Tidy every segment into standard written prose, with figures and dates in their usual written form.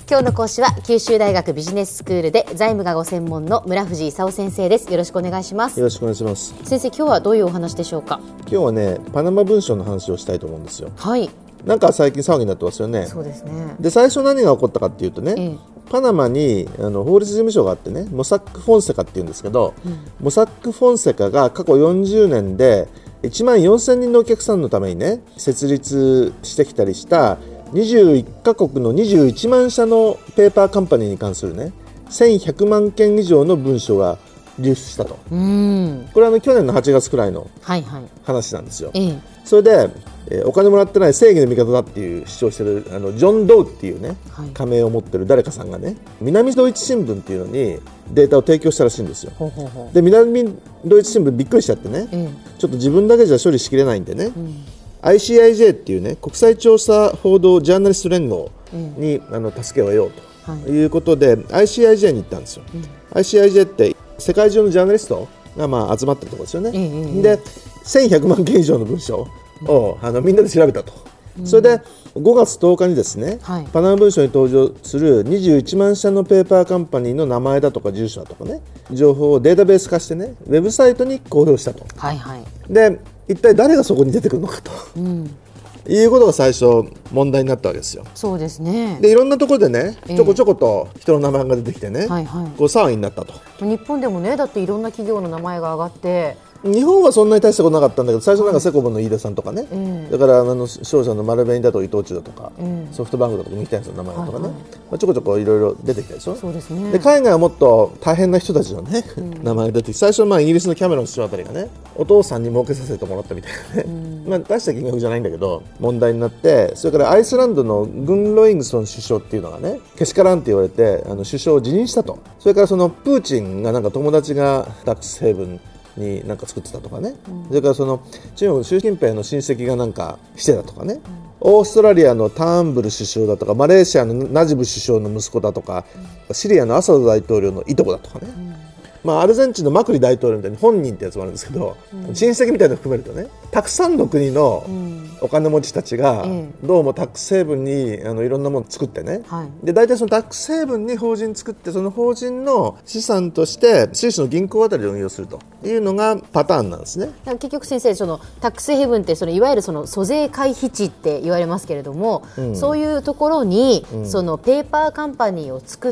今日の講師は九州大学ビジネススクールで財務がご専門の村藤勲先生です。よろしくお願いします。 よろしくお願いします。 先生、今日はどういうお話でしょうか？ 今日はね、パナマ文書の話をしたいと思うんですよ。 はい。 なんか最近騒ぎになってますよね。 そうですね。 で、最初何が起こったかっていうとね、パナマに法律事務所があってね、モサック・フォンセカっていうんですけど、モサック・フォンセカが過去40年で1万4000人のお客さんのためにね、設立してきたりした21カ国の21万社のペーパーカンパニーに関するね、1100万件以上の文書が流出したと。これは去年の8月くらいの話なんですよ。それで、お金もらってない正義の味方だっていう主張してるジョン・ドウっていうね、仮名を持ってる誰かさんがね、南ドイツ新聞っていうのにデータを提供したらしいんですよ。で、南ドイツ新聞びっくりしちゃってね、ちょっと自分だけじゃ処理しきれないんでね、ICIJ っていうね、国際調査報道ジャーナリスト連合に助けを得ようということで、ICIJ に行ったんですよ。ICIJ って世界中のジャーナリストが集まってるところですよね。で、1100万件以上の文章をみんなで調べたと。それで5月10日にですね、パナマ文書に登場する21万社のペーパーカンパニーの名前だとか住所だとかね、情報をデータベース化してね、ウェブサイトに公表したと。で、一体誰がそこに出てくるのかと、いうことが最初問題になったわけですよ。 そうですね。 で、いろんなところでね、ちょこちょこと人の名前が出てきてね、こう騒ぎになったと。 日本でもね、だっていろんな企業の名前が上がって、 日本はそんなに大したことなかったんだけど、最初なんかセコムの飯田さんとかね、だから商社の丸紅だと伊藤忠だとか、ソフトバンクだとか三木谷さんの名前だとかね、ちょこちょこいろいろ出てきたでしょ。 そうですね。 で、海外はもっと大変な人たちのね、名前が出てきて、最初イギリスのキャメロン首相あたりがね、お父さんに儲けさせてもらったみたいなね、大した金額じゃないんだけど問題になって、それからアイスランドのグンロイングソン首相っていうのがね、けしからんって言われて首相を辞任したと。それからプーチンがなんか友達がタックスヘイブンになんか作ってたとかね、それから中国の習近平の親戚がなんかしてたとかね、オーストラリアのターンブル首相だとか、マレーシアのナジブ首相の息子だとか、シリアのアサド大統領のいとこだとかね、アルゼンチンのマクリ大統領みたいに本人ってやつもあるんですけど、親戚みたいなの含めるとね、たくさんの国のお金持ちたちがどうもタックスヘイブンにいろんなものを作ってね、で大体そのタックスヘイブンに法人作って、その法人の資産としてスイスの銀行あたりで運用するというのがパターンなんですね。 結局先生、タックスヘイブンっていわゆる租税回避地って言われますけれども、そういうところにペーパーカンパニーを作って、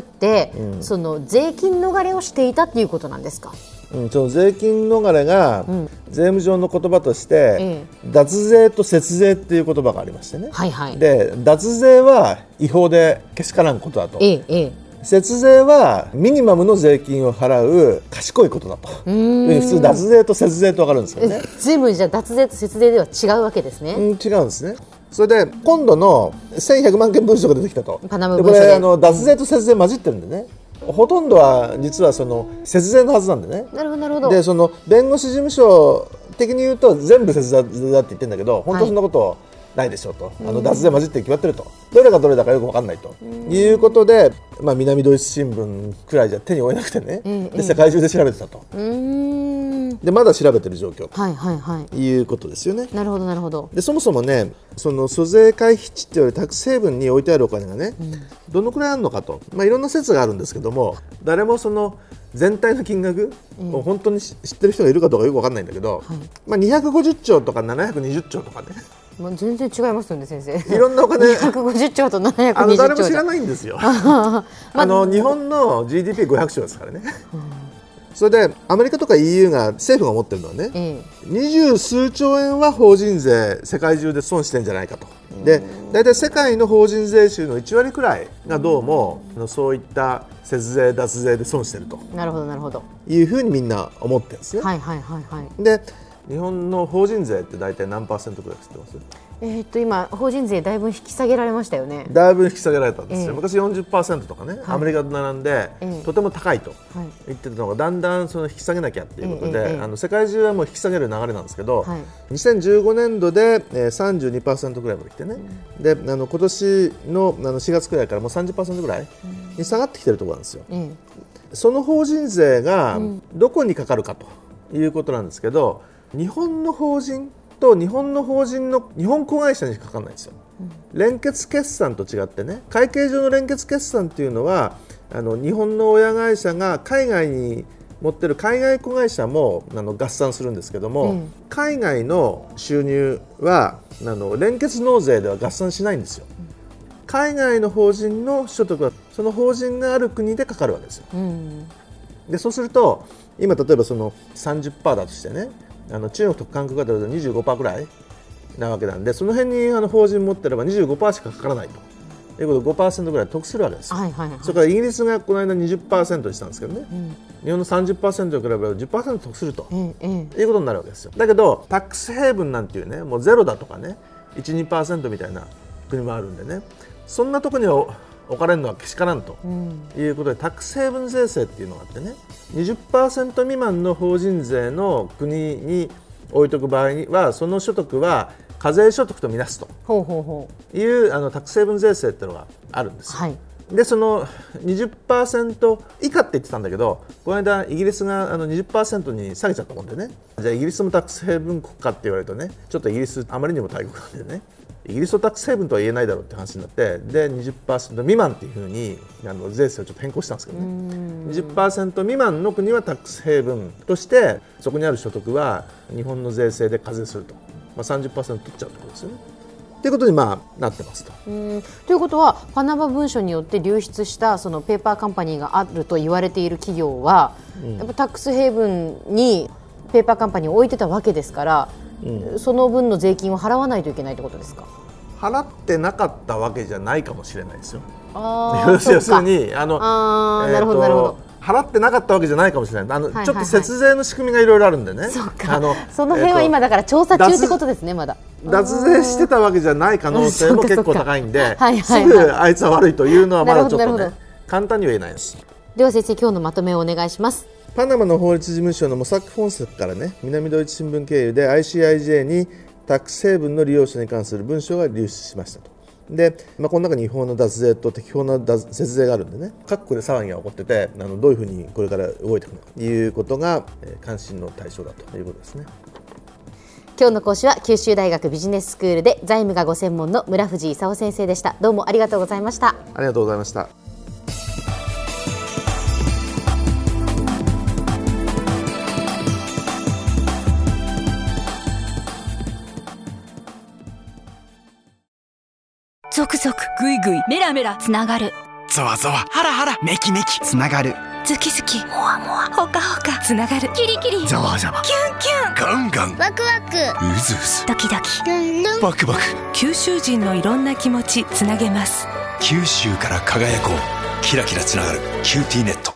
税金逃れをしていたっていうことなんですか？ その税金逃れが税務上の言葉として、脱税と節税っていう言葉がありましてね、で、脱税は違法でけしからんことだと、節税はミニマムの税金を払う賢いことだと。普通脱税と節税と分かるんですけどね、 随分じゃあ脱税と節税では違うわけですね。 違うんですね。それで今度の1100万件文書が出てきたと。 パナマ文書でこれ脱税と節税混じってるんでね、ほとんどは実は節税のはずなんでね。 なるほどなるほど。 で、弁護士事務所的に言うと全部節税だって言ってるんだけど、本当そんなことないでしょうと、脱税混じって決まってると、どれがどれだかよく分かんないということで、南ドイツ新聞くらいじゃ手に負えなくてね、で世界中で調べてたと。でまだ調べてる状況ということですよね。 なるほどなるほど。 で、そもそもね、租税回避地っていうよりタックスヘイブンに置いてあるお金がね、どのくらいあるのかと、いろんな説があるんですけども、誰も全体の金額を本当に知ってる人がいるかどうかよく分かんないんだけど、250兆とか720兆とかね、 全然違いますよね先生。 いろんなお金 250兆と720兆誰も知らないんですよ。日本の GDP500 兆ですからね。それでアメリカとか EU が政府が持ってるのはね、20数兆円は法人税世界中で損してるんじゃないかと。で、大体世界の法人税収の1割くらいがどうもそういった節税脱税で損してると。 なるほどなるほど。 いうふうにみんな思ってるんですね。で、日本の法人税って大体何パーセントくらい知ってます？ 今法人税だいぶ引き下げられましたよね。 だいぶ引き下げられたんですよ。昔 40% とかね、アメリカと並んで、とても高いと言ってたのが、だんだん引き下げなきゃっていうことで、世界中はもう引き下げる流れなんですけど、2015年度で 32% くらいまで来てね、で今年の4月くらいからもう 30% くらいに下がってきてるところなんですよ。その法人税がどこにかかるかということなんですけど、日本の法人と日本の法人の日本子会社にしかかかんないんですよ。 連結決算と違ってね、会計上の連結決算っていうのは日本の親会社が海外に持ってる海外子会社も合算するんですけども、海外の収入は連結納税では合算しないんですよ。海外の法人の所得はその法人がある国でかかるわけですよ。でそうすると今例えばその 30% だとしてね、中国と韓国だと 25% くらいなわけなんで、その辺に法人持ってれば 25% しかかからないということで 5% ぐらい得するわけですよ。それからイギリスがこの間 20% にしたんですけどね、日本の 30% に比べれば 10% 得すると、いうことになるわけですよ。だけどタックスヘイブンなんていうね、もうゼロだとかね 1,2% みたいな国もあるんでね、そんなとこには置かれるのはけしからんということで、タックスヘイブン税制っていうのがあってね、 20% 未満の法人税の国に置いとく場合にはその所得は課税所得とみなすというタックスヘイブン税制っていうのがあるんですよ。でその 20% 以下って言ってたんだけど、この間イギリスが20% に下げちゃったもんでね、じゃあイギリスもタックスヘイブン国家って言われるとね、ちょっとイギリスあまりにも大国なんでね、イギリスのタックスヘイブンとは言えないだろうって話になって、で 20% 未満っていうふうに税制をちょっと変更したんですけどね、20% 未満の国はタックスヘイブンとしてそこにある所得は日本の税制で課税すると、30% 取っちゃうってことですよね。ということになってますと。 ということはパナマ文書によって流出したそのペーパーカンパニーがあると言われている企業は、やっぱタックスヘイブンにペーパーカンパニーを置いてたわけですから、その分の税金を払わないといけないってことですか？ 払ってなかったわけじゃないかもしれないですよ。要するになるほどなるほど。 払ってなかったわけじゃないかもしれない。ちょっと節税の仕組みがいろいろあるんでね。 そうか、その辺は今だから調査中ってことですね。まだ脱税してたわけじゃない可能性も結構高いんで、すぐあいつは悪いというのはまだちょっとね簡単には言えないです。 では先生、今日のまとめをお願いします。 パナマの法律事務所のモサック・フォンセカからね、南ドイツ新聞経由で ICIJ にタックスヘイブンの利用者に関する文書が流出しましたと。でこの中に違法な脱税と適法な節税があるんでね、各国で騒ぎが起こってて、どういうふうにこれから動いていくのかということが関心の対象だということですね。 今日の講師は九州大学ビジネススクールで財務がご専門の村藤勲先生でした。どうもありがとうございました。 ありがとうございました。 ゾクゾクグイグイメラメラつながる、 ゾワゾワハラハラメキメキつながる、 ズキズキモワモワホカホカつながる、キリキリザワザワキュンキュンガンガンワクワクうずうずドキドキルンルンバクバク、 九州人のいろんな気持ちつなげます。 九州から輝こう、キラキラつながるキューティーネット。